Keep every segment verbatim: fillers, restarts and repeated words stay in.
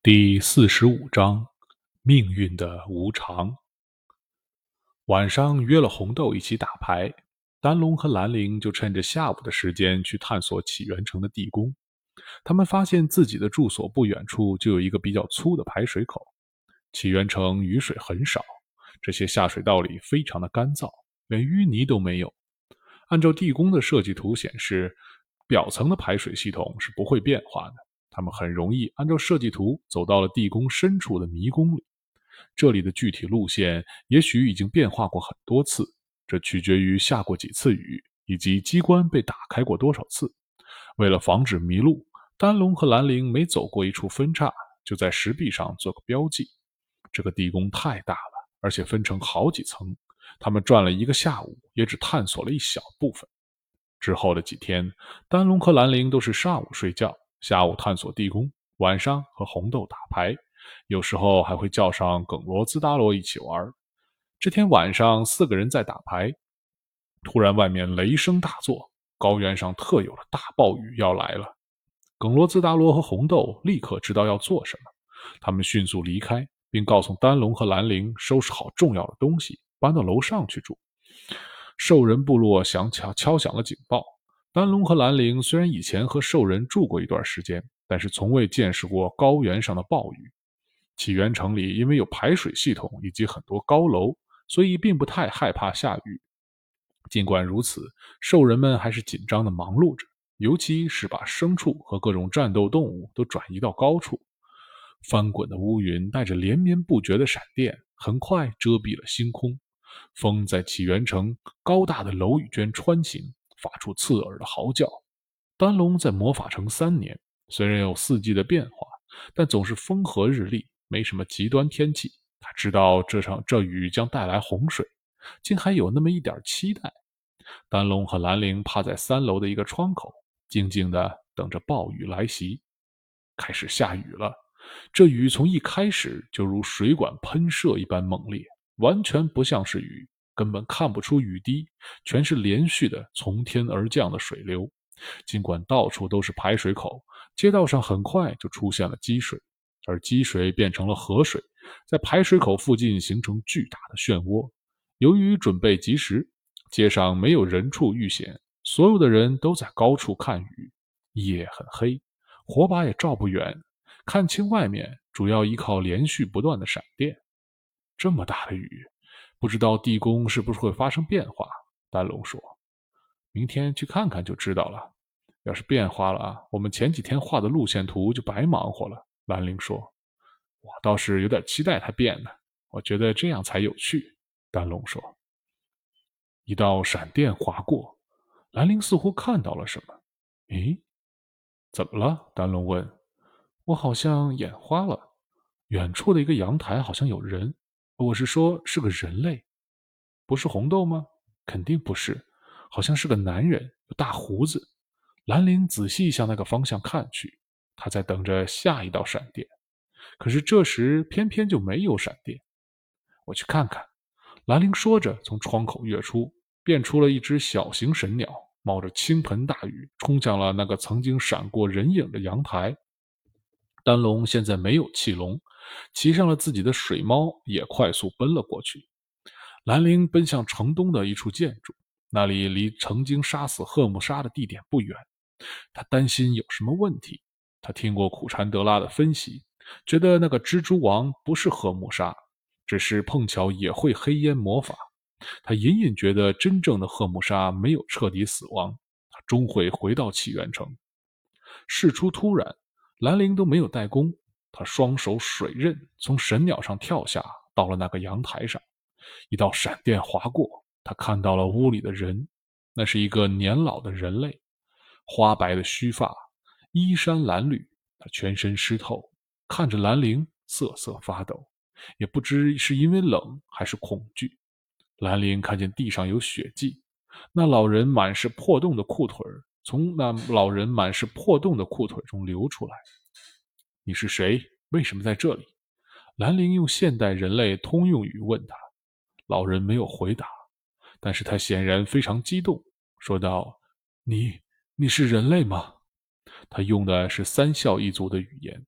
第四十五章，命运的无常。晚上约了红豆一起打牌，丹龙和兰陵就趁着下午的时间去探索起源城的地宫。他们发现自己的住所不远处就有一个比较粗的排水口。起源城雨水很少，这些下水道里非常的干燥，连淤泥都没有。按照地宫的设计图显示，表层的排水系统是不会变化的。他们很容易按照设计图走到了地宫深处的迷宫里。这里的具体路线也许已经变化过很多次，这取决于下过几次雨，以及机关被打开过多少次。为了防止迷路，丹龙和兰陵每走过一处分叉，就在石壁上做个标记。这个地宫太大了，而且分成好几层，他们转了一个下午，也只探索了一小部分。之后的几天，丹龙和兰陵都是上午睡觉，下午探索地宫，晚上和红豆打牌，有时候还会叫上耿罗兹达罗一起玩。这天晚上，四个人在打牌，突然外面雷声大作，高原上特有的大暴雨要来了。耿罗兹达罗和红豆立刻知道要做什么，他们迅速离开，并告诉丹龙和兰陵收拾好重要的东西，搬到楼上去住。兽人部落响敲敲响了警报。丹龙和兰陵虽然以前和兽人住过一段时间，但是从未见识过高原上的暴雨。起源城里因为有排水系统以及很多高楼，所以并不太害怕下雨。尽管如此，兽人们还是紧张地忙碌着，尤其是把牲畜和各种战斗动物都转移到高处。翻滚的乌云带着连绵不绝的闪电，很快遮蔽了星空。风在起源城高大的楼宇间穿行，发出刺耳的嚎叫。丹龙在魔法城三年，虽然有四季的变化，但总是风和日丽，没什么极端天气。他知道这场这雨将带来洪水，竟还有那么一点期待。丹龙和兰陵趴在三楼的一个窗口，静静地等着暴雨来袭。开始下雨了，这雨从一开始就如水管喷射一般猛烈，完全不像是雨，根本看不出雨滴，全是连续的从天而降的水流。尽管到处都是排水口，街道上很快就出现了积水，而积水变成了河水，在排水口附近形成巨大的漩涡。由于准备及时，街上没有人畜遇险，所有的人都在高处看雨。夜很黑，火把也照不远，看清外面主要依靠连续不断的闪电。这么大的雨，不知道地宫是不是会发生变化？丹龙说：“明天去看看就知道了。要是变化了，我们前几天画的路线图就白忙活了。”兰陵说：“我倒是有点期待它变呢，我觉得这样才有趣。”丹龙说。一道闪电划过，兰陵似乎看到了什么。“诶，怎么了？”丹龙问。“我好像眼花了。远处的一个阳台好像有人，我是说是个人类。不是红豆吗？肯定不是，好像是个男人，有大胡子。”兰陵仔细向那个方向看去，他在等着下一道闪电。可是这时偏偏就没有闪电。“我去看看。”兰陵说着从窗口跃出，变出了一只小型神鸟，冒着倾盆大雨冲向了那个曾经闪过人影的阳台。丹龙现在没有气笼，骑上了自己的水猫，也快速奔了过去。兰陵奔向城东的一处建筑，那里离曾经杀死赫姆沙的地点不远。他担心有什么问题。他听过苦禅德拉的分析，觉得那个蜘蛛王不是赫姆沙，只是碰巧也会黑烟魔法。他隐隐觉得真正的赫姆沙没有彻底死亡，他终会回到起源城。事出突然，兰陵都没有带弓，他双手水刃从神鸟上跳下，到了那个阳台上。一道闪电划过，他看到了屋里的人。那是一个年老的人类，花白的须发，衣衫褴褛，他全身湿透，看着兰陵瑟瑟发抖，也不知是因为冷还是恐惧。兰陵看见地上有血迹，那老人满是破洞的裤腿从那老人满是破洞的裤腿中流出来。“你是谁？为什么在这里？”兰陵用现代人类通用语问他。老人没有回答，但是他显然非常激动，说道：“你，你是人类吗？”他用的是三校一族的语言。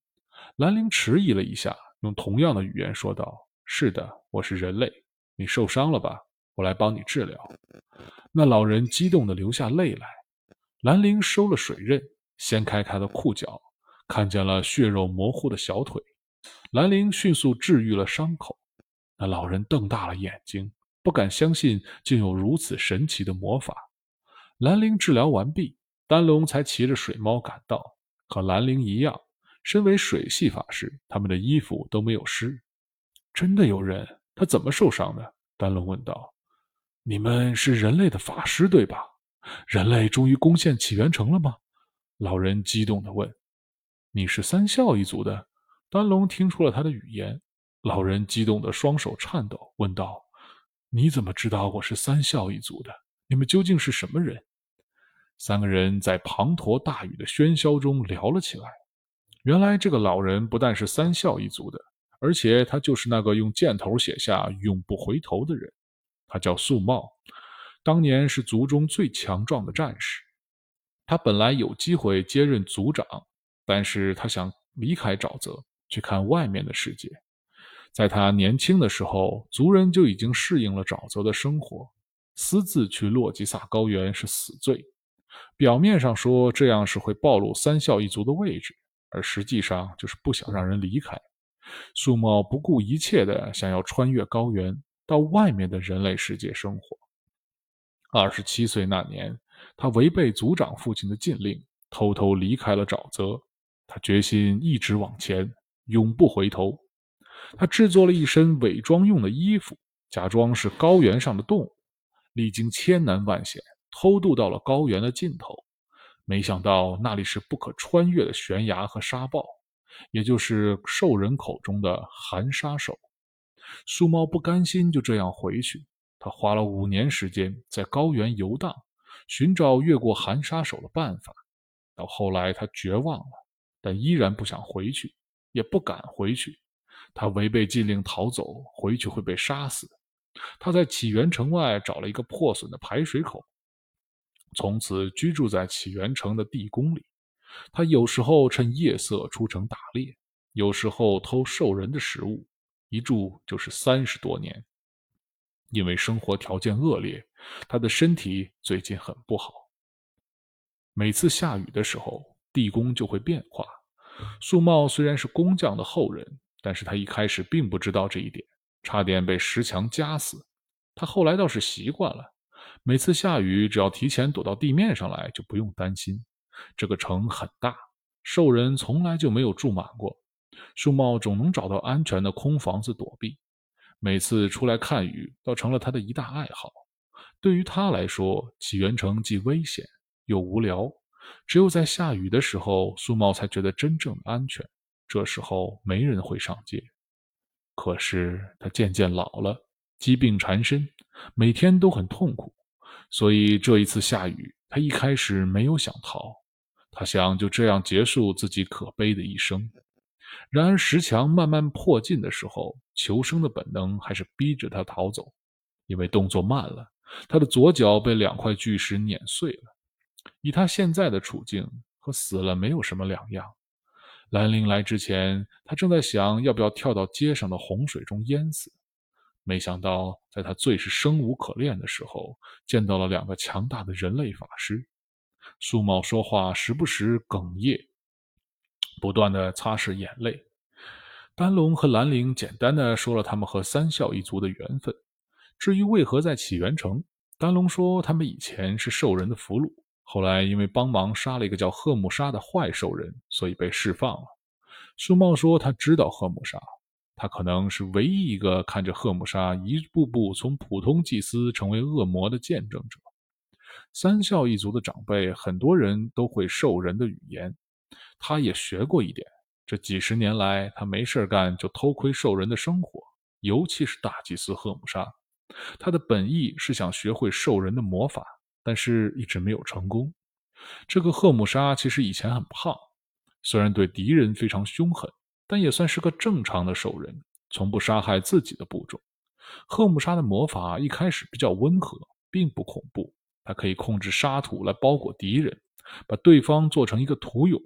兰陵迟疑了一下，用同样的语言说道：是的，我是人类，你受伤了吧？我来帮你治疗。那老人激动地流下泪来。兰陵收了水刃，掀开他的裤脚，看见了血肉模糊的小腿。兰陵迅速治愈了伤口。那老人瞪大了眼睛，不敢相信竟有如此神奇的魔法。兰陵治疗完毕，丹龙才骑着水猫赶到。和兰陵一样，身为水系法师，他们的衣服都没有湿。真的有人？他怎么受伤的？丹龙问道。你们是人类的法师对吧？人类终于攻陷起源城了吗？老人激动地问。你是三校一族的？丹龙听出了他的语言。老人激动的双手颤抖，问道：你怎么知道我是三校一族的？你们究竟是什么人？三个人在滂沱大雨的喧嚣中聊了起来。原来这个老人不但是三校一族的，而且他就是那个用箭头写下永不回头的人。他叫素茂，当年是族中最强壮的战士。他本来有机会接任族长，但是他想离开沼泽，去看外面的世界。在他年轻的时候，族人就已经适应了沼泽的生活，私自去洛吉萨高原是死罪。表面上说这样是会暴露三校一族的位置，而实际上就是不想让人离开。素茂不顾一切的想要穿越高原，到外面的人类世界生活。二十七岁那年，他违背族长父亲的禁令，偷偷离开了沼泽。他决心一直往前，永不回头。他制作了一身伪装用的衣服，假装是高原上的动物，历经千难万险，偷渡到了高原的尽头。没想到那里是不可穿越的悬崖和沙暴，也就是兽人口中的寒沙手。树猫不甘心就这样回去，他花了五年时间在高原游荡，寻找越过寒沙手的办法。到后来他绝望了，但依然不想回去，也不敢回去。他违背禁令逃走，回去会被杀死。他在起源城外找了一个破损的排水口，从此居住在起源城的地宫里。他有时候趁夜色出城打猎，有时候偷兽人的食物，一住就是三十多年。因为生活条件恶劣，他的身体最近很不好。每次下雨的时候，地宫就会变化。素茂虽然是工匠的后人，但是他一开始并不知道这一点，差点被石墙夹死。他后来倒是习惯了，每次下雨只要提前躲到地面上来，就不用担心。这个城很大，兽人从来就没有住满过，素茂总能找到安全的空房子躲避。每次出来看雨倒成了他的一大爱好。对于他来说，起源城既危险又无聊，只有在下雨的时候，素茂才觉得真正的安全。这时候没人会上街。可是他渐渐老了，疾病缠身，每天都很痛苦，所以这一次下雨，他一开始没有想逃，他想就这样结束自己可悲的一生。然而石墙慢慢迫近的时候，求生的本能还是逼着他逃走。因为动作慢了，他的左脚被两块巨石碾碎了。以他现在的处境，和死了没有什么两样。兰陵来之前，他正在想要不要跳到街上的洪水中淹死。没想到在他最是生无可恋的时候，见到了两个强大的人类法师。素茂说话时不时哽咽，不断地擦拭眼泪。丹龙和兰陵简单地说了他们和三校一族的缘分。至于为何在起源城，丹龙说他们以前是兽人的俘虏，后来因为帮忙杀了一个叫赫姆沙的坏兽人，所以被释放了。苏茂说他知道赫姆沙，他可能是唯一一个看着赫姆沙一步步从普通祭司成为恶魔的见证者。三校一族的长辈很多人都会兽人的语言，他也学过一点。这几十年来，他没事干就偷窥兽人的生活，尤其是大祭司赫姆沙。他的本意是想学会兽人的魔法，但是一直没有成功。这个赫姆沙其实以前很胖，虽然对敌人非常凶狠，但也算是个正常的兽人，从不杀害自己的部众。赫姆沙的魔法一开始比较温和，并不恐怖，他可以控制沙土来包裹敌人，把对方做成一个土俑，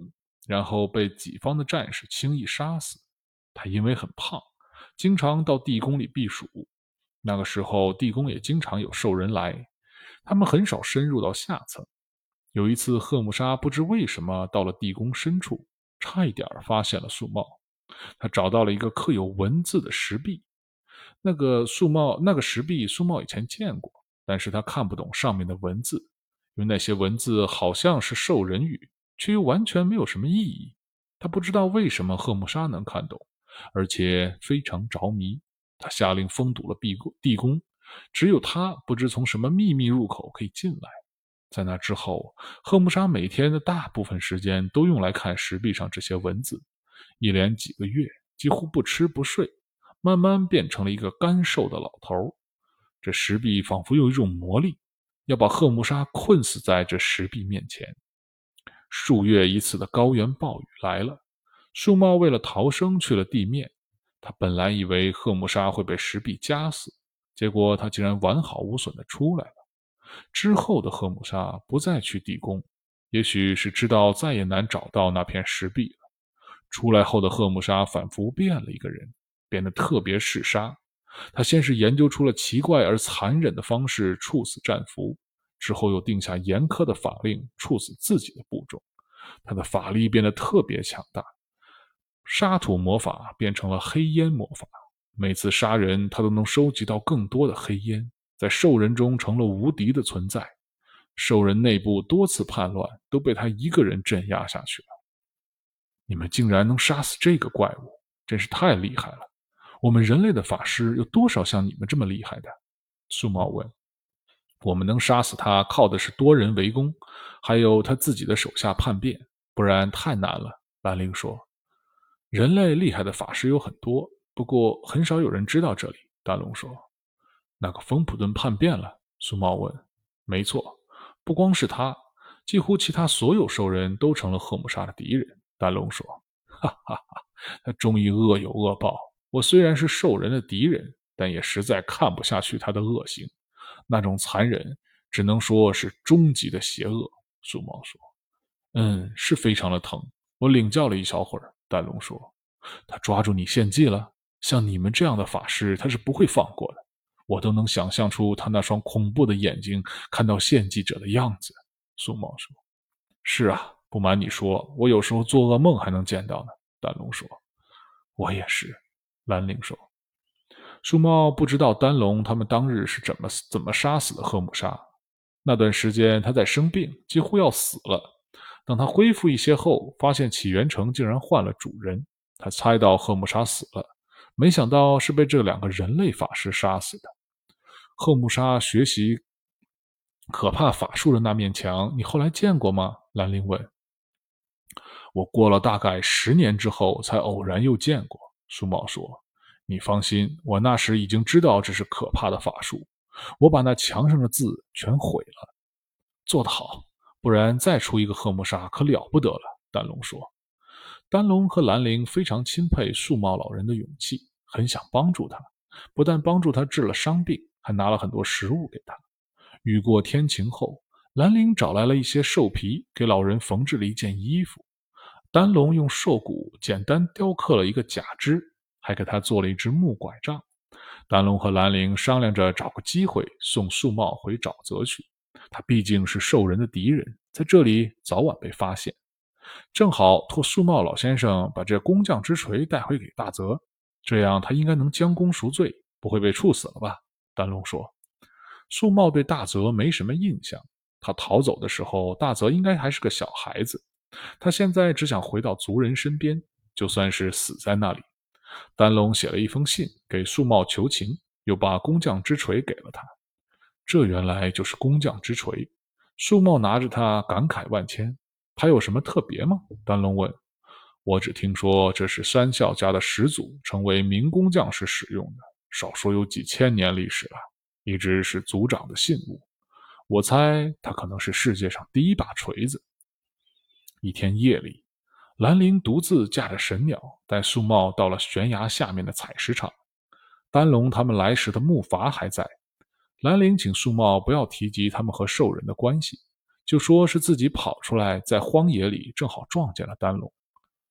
然后被己方的战士轻易杀死。他因为很胖，经常到地宫里避暑。那个时候地宫也经常有兽人来，他们很少深入到下层。有一次，赫姆沙不知为什么到了地宫深处，差一点发现了素帽。他找到了一个刻有文字的石壁，那个素帽那个石壁素帽以前见过，但是他看不懂上面的文字，因为那些文字好像是兽人语，却又完全没有什么意义。他不知道为什么赫姆沙能看懂，而且非常着迷。他下令封堵了地宫，只有他不知从什么秘密入口可以进来。在那之后，赫姆沙每天的大部分时间都用来看石壁上这些文字，一连几个月几乎不吃不睡，慢慢变成了一个干瘦的老头。这石壁仿佛有一种魔力，要把赫姆沙困死在这石壁面前。数月一次的高原暴雨来了，树帽为了逃生去了地面。他本来以为赫姆沙会被石壁夹死，结果他竟然完好无损地出来了。之后的赫姆沙不再去地宫，也许是知道再也难找到那片石壁了。出来后的赫姆沙仿佛变了一个人，变得特别嗜杀。他先是研究出了奇怪而残忍的方式处死战俘，之后又定下严苛的法令处死自己的部众。他的法力变得特别强大，沙土魔法变成了黑烟魔法，每次杀人他都能收集到更多的黑烟，在兽人中成了无敌的存在。兽人内部多次叛乱都被他一个人镇压下去了。你们竟然能杀死这个怪物，真是太厉害了。我们人类的法师有多少像你们这么厉害的？素帽问。我们能杀死他靠的是多人围攻，还有他自己的手下叛变，不然太难了。兰陵说。人类厉害的法师有很多，不过很少有人知道这里。丹龙说。那个风普顿叛变了？苏茂问。没错，不光是他，几乎其他所有兽人都成了赫姆沙的敌人。丹龙说。哈哈哈，他终于恶有恶报。我虽然是兽人的敌人，但也实在看不下去他的恶行。那种残忍只能说是终极的邪恶。苏茂说。嗯，是非常的疼，我领教了一小会儿。丹龙说。他抓住你献祭了？像你们这样的法师他是不会放过的，我都能想象出他那双恐怖的眼睛看到献祭者的样子。苏茂说。是啊，不瞒你说，我有时候做噩梦还能见到呢。丹龙说。我也是。兰陵说。苏茂不知道丹龙他们当日是怎么怎么杀死的赫姆沙。那段时间他在生病，几乎要死了。等他恢复一些后，发现起源城竟然换了主人。他猜到赫姆沙死了，没想到是被这两个人类法师杀死的。赫姆沙学习可怕法术的那面墙，你后来见过吗？兰陵问。我过了大概十年之后才偶然又见过。苏茂说。你放心，我那时已经知道这是可怕的法术，我把那墙上的字全毁了。做得好，不然再出一个赫姆沙可了不得了。丹龙说。丹龙和兰陵非常钦佩树帽老人的勇气，很想帮助他，不但帮助他治了伤病，还拿了很多食物给他。雨过天晴后，兰陵找来了一些兽皮，给老人缝制了一件衣服。丹龙用兽骨简单雕刻了一个假肢，还给他做了一只木拐杖。丹龙和兰陵商量着找个机会送树帽回沼泽去，他毕竟是兽人的敌人，在这里早晚被发现。正好托树帽老先生把这工匠之锤带回给大泽，这样他应该能将功赎罪，不会被处死了吧？丹龙说。树帽对大泽没什么印象，他逃走的时候，大泽应该还是个小孩子，他现在只想回到族人身边，就算是死在那里。丹龙写了一封信给树帽求情，又把工匠之锤给了他。这原来就是工匠之锤。树帽拿着它感慨万千。它有什么特别吗？丹龙问。我只听说这是三笑家的始祖成为名工匠时使用的，少说有几千年历史了，一直是族长的信物。我猜它可能是世界上第一把锤子。一天夜里，兰陵独自驾着神鸟带树帽到了悬崖下面的采石场。丹龙他们来时的木筏还在。兰陵请树帽不要提及他们和兽人的关系，就说是自己跑出来，在荒野里正好撞见了丹龙，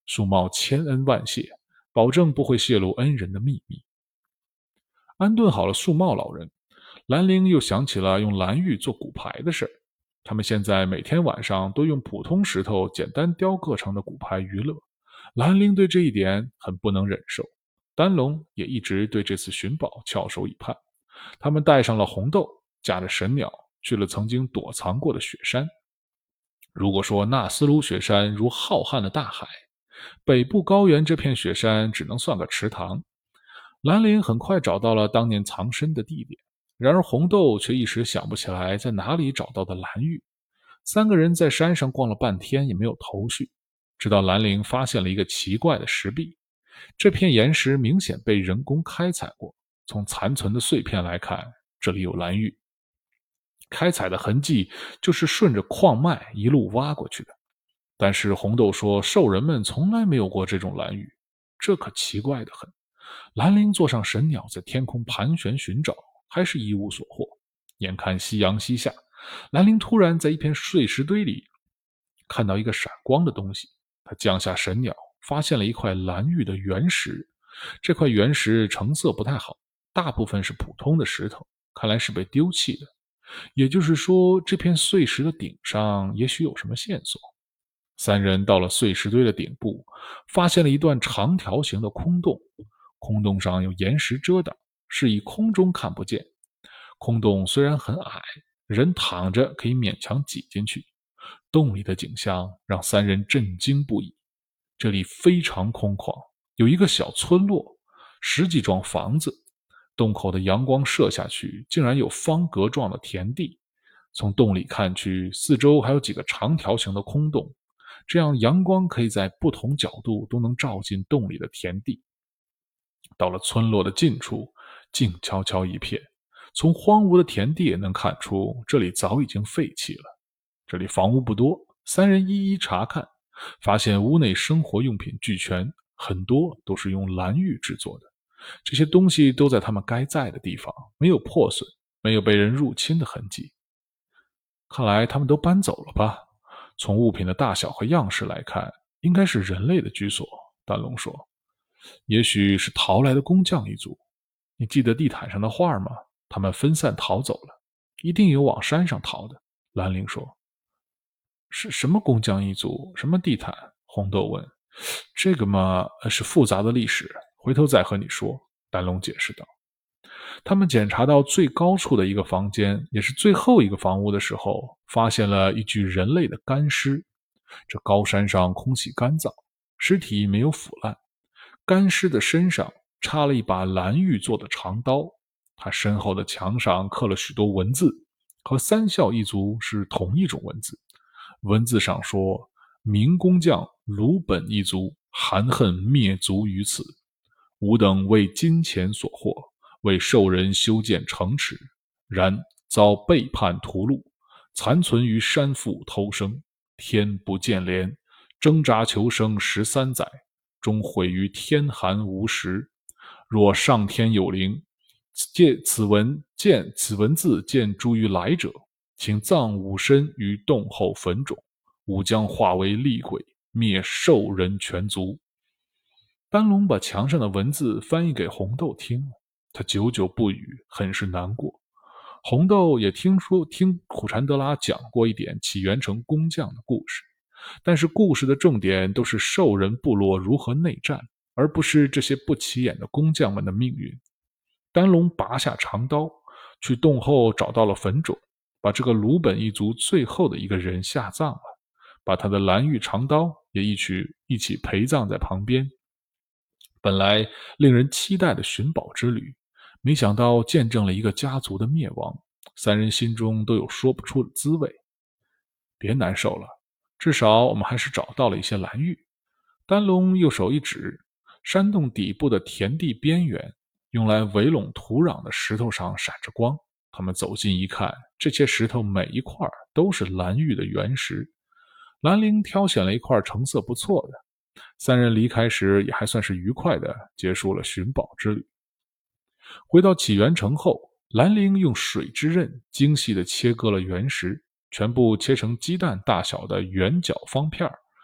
素茂千恩万谢，保证不会泄露恩人的秘密。安顿好了素茂老人，兰陵又想起了用蓝玉做骨牌的事儿。他们现在每天晚上都用普通石头简单雕刻成的骨牌娱乐。兰陵对这一点很不能忍受，丹龙也一直对这次寻宝翘首以盼。他们带上了红豆，驾着神鸟去了曾经躲藏过的雪山。如果说纳斯卢雪山如浩瀚的大海，北部高原这片雪山只能算个池塘。兰陵很快找到了当年藏身的地点，然而红豆却一时想不起来在哪里找到的蓝玉。三个人在山上逛了半天也没有头绪，直到兰陵发现了一个奇怪的石壁。这片岩石明显被人工开采过，从残存的碎片来看，这里有蓝玉。开采的痕迹就是顺着矿脉一路挖过去的。但是红豆说兽人们从来没有过这种蓝玉，这可奇怪得很。兰陵坐上神鸟在天空盘旋寻找，还是一无所获。眼看夕阳西下，兰陵突然在一片碎石堆里看到一个闪光的东西，他降下神鸟，发现了一块蓝玉的原石。这块原石成色不太好，大部分是普通的石头，看来是被丢弃的。也就是说，这片碎石的顶上也许有什么线索。三人到了碎石堆的顶部，发现了一段长条形的空洞，空洞上有岩石遮挡，示意空中看不见。空洞虽然很矮，人躺着可以勉强挤进去。洞里的景象让三人震惊不已。这里非常空旷，有一个小村落，十几幢房子。洞口的阳光射下去，竟然有方格状的田地。从洞里看去，四周还有几个长条形的空洞，这样阳光可以在不同角度都能照进洞里的田地。到了村落的近处，静悄悄一片，从荒芜的田地也能看出这里早已经废弃了。这里房屋不多，三人一一查看，发现屋内生活用品俱全，很多都是用蓝玉制作的。这些东西都在他们该在的地方，没有破损，没有被人入侵的痕迹。看来他们都搬走了吧？从物品的大小和样式来看，应该是人类的居所。丹龙说，也许是逃来的工匠一族。你记得地毯上的画吗？他们分散逃走了，一定有往山上逃的。兰陵说，是什么工匠一族？什么地毯？红豆问。这个嘛，是复杂的历史，回头再和你说。丹龙解释道。他们检查到最高处的一个房间，也是最后一个房屋的时候，发现了一具人类的干尸。这高山上空气干燥，尸体没有腐烂，干尸的身上插了一把蓝玉做的长刀，他身后的墙上刻了许多文字，和三笑一族是同一种文字。文字上说，明工匠鲁本一族含恨灭族于此，吾等为金钱所惑，为兽人修建城池，然遭背叛屠戮，残存于山腹偷生，天不见怜，挣扎求生十三载，终毁于天寒无食。若上天有灵，见此文见此文字见诸于来者，请葬吾身于洞后坟冢，吾将化为厉鬼，灭兽人全族。丹龙把墙上的文字翻译给红豆听了，他久久不语，很是难过。红豆也听说听苦禅德拉讲过一点起源城工匠的故事，但是故事的重点都是兽人部落如何内战，而不是这些不起眼的工匠们的命运。丹龙拔下长刀，去洞后找到了坟冢，把这个鲁本一族最后的一个人下葬了，把他的蓝玉长刀也一起一起陪葬在旁边。本来令人期待的寻宝之旅，没想到见证了一个家族的灭亡，三人心中都有说不出的滋味。别难受了，至少我们还是找到了一些蓝玉。丹龙右手一指，山洞底部的田地边缘，用来围拢土壤的石头上闪着光。他们走近一看，这些石头每一块都是蓝玉的原石。兰陵挑选了一块成色不错的，三人离开时也还算是愉快地结束了寻宝之旅。回到起源城后，兰陵用水之刃精细地切割了原石，全部切成鸡蛋大小的圆角方片，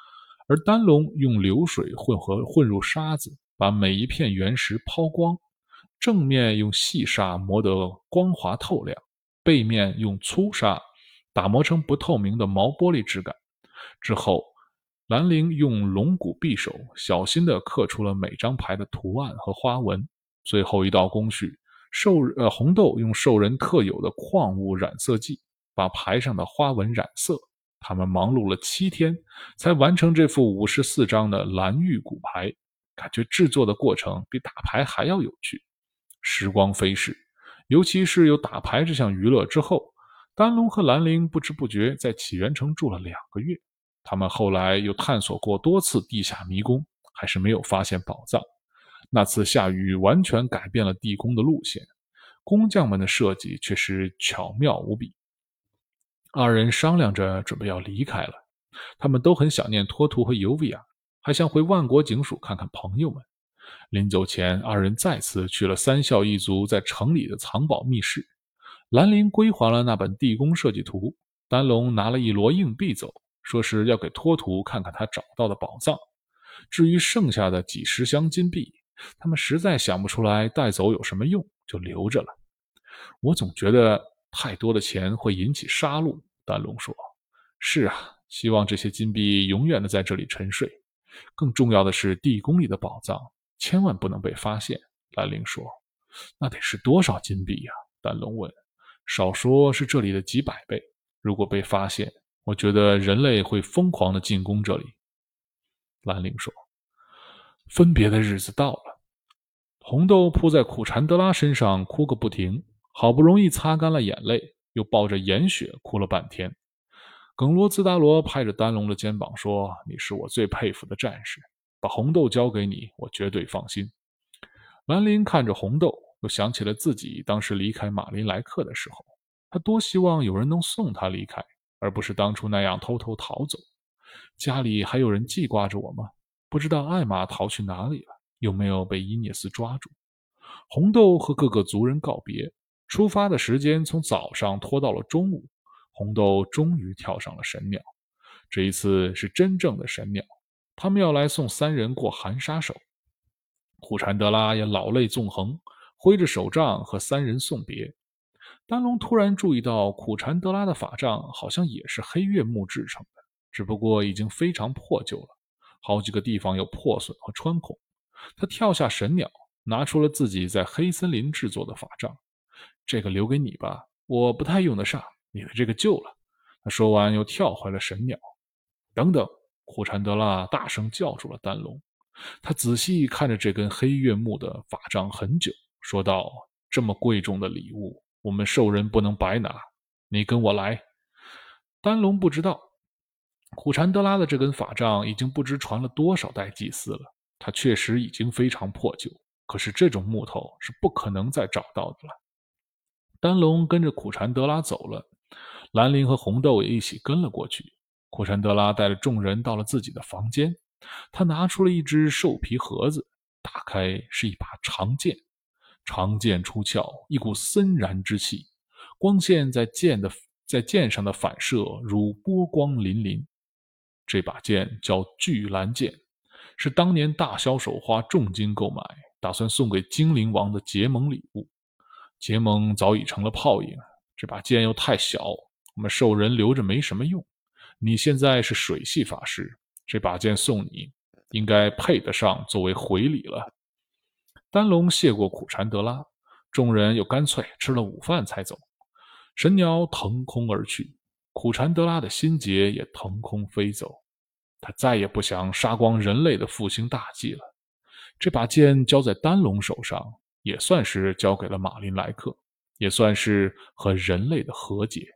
而丹龙用流水混合混入沙子，把每一片原石抛光，正面用细沙磨得光滑透亮，背面用粗沙打磨成不透明的毛玻璃质感。之后，兰陵用龙骨匕首小心地刻出了每张牌的图案和花纹。最后一道工序，兽呃红豆用兽人特有的矿物染色剂把牌上的花纹染色。他们忙碌了七天，才完成这副五十四张的蓝玉骨牌，感觉制作的过程比打牌还要有趣。时光飞逝，尤其是有打牌这项娱乐之后，丹龙和兰陵不知不觉在起源城住了两个月。他们后来又探索过多次地下迷宫，还是没有发现宝藏。那次下雨完全改变了地宫的路线，工匠们的设计却是巧妙无比。二人商量着准备要离开了，他们都很想念托图和尤维亚，还想回万国警署看看朋友们。临走前，二人再次去了三校一族在城里的藏宝密室。兰陵归还了那本地宫设计图，丹龙拿了一摞硬币走，说是要给托图看看他找到的宝藏。至于剩下的几十箱金币，他们实在想不出来带走有什么用，就留着了。我总觉得太多的钱会引起杀戮，丹龙说。是啊，希望这些金币永远的在这里沉睡。更重要的是地宫里的宝藏千万不能被发现，兰陵说。那得是多少金币呀？丹龙问。少说是这里的几百倍，如果被发现，我觉得人类会疯狂的进攻这里。兰陵说。分别的日子到了，红豆扑在苦禅德拉身上哭个不停，好不容易擦干了眼泪，又抱着盐雪哭了半天。耿罗兹达罗拍着丹龙的肩膀说，你是我最佩服的战士，把红豆交给你，我绝对放心。兰陵看着红豆，又想起了自己当时离开马林莱克的时候，他多希望有人能送他离开，而不是当初那样偷偷逃走。家里还有人记挂着我吗？不知道艾玛逃去哪里了，有没有被伊涅斯抓住？红豆和各个族人告别，出发的时间从早上拖到了中午。红豆终于跳上了神鸟，这一次是真正的神鸟，他们要来送三人过寒沙手。苦禅德拉也老泪纵横，挥着手杖和三人送别。丹龙突然注意到苦禅德拉的法杖好像也是黑月木制成的，只不过已经非常破旧了，好几个地方有破损和穿孔。他跳下神鸟，拿出了自己在黑森林制作的法杖。这个留给你吧，我不太用得上，你的这个旧了。他说完又跳回了神鸟。等等，苦禅德拉大声叫住了丹龙。他仔细看着这根黑月木的法杖很久，说道，这么贵重的礼物，我们兽人不能白拿，你跟我来。丹龙不知道，苦禅德拉的这根法杖已经不知传了多少代祭司了，它确实已经非常破旧，可是这种木头是不可能再找到的了。丹龙跟着苦禅德拉走了，兰陵和红豆也一起跟了过去。苦禅德拉带着众人到了自己的房间，他拿出了一只兽皮盒子，打开是一把长剑。长剑出鞘，一股森然之气，光线在剑的在剑上的反射如波光粼粼。这把剑叫巨蓝剑，是当年大销手花重金购买，打算送给精灵王的结盟礼物。结盟早已成了泡影，这把剑又太小，我们兽人留着没什么用。你现在是水系法师，这把剑送你，应该配得上作为回礼了。丹龙谢过苦禅德拉，众人又干脆吃了午饭才走。神鸟腾空而去，苦禅德拉的心结也腾空飞走。他再也不想杀光人类的复兴大计了。这把剑交在丹龙手上，也算是交给了马林莱克，也算是和人类的和解。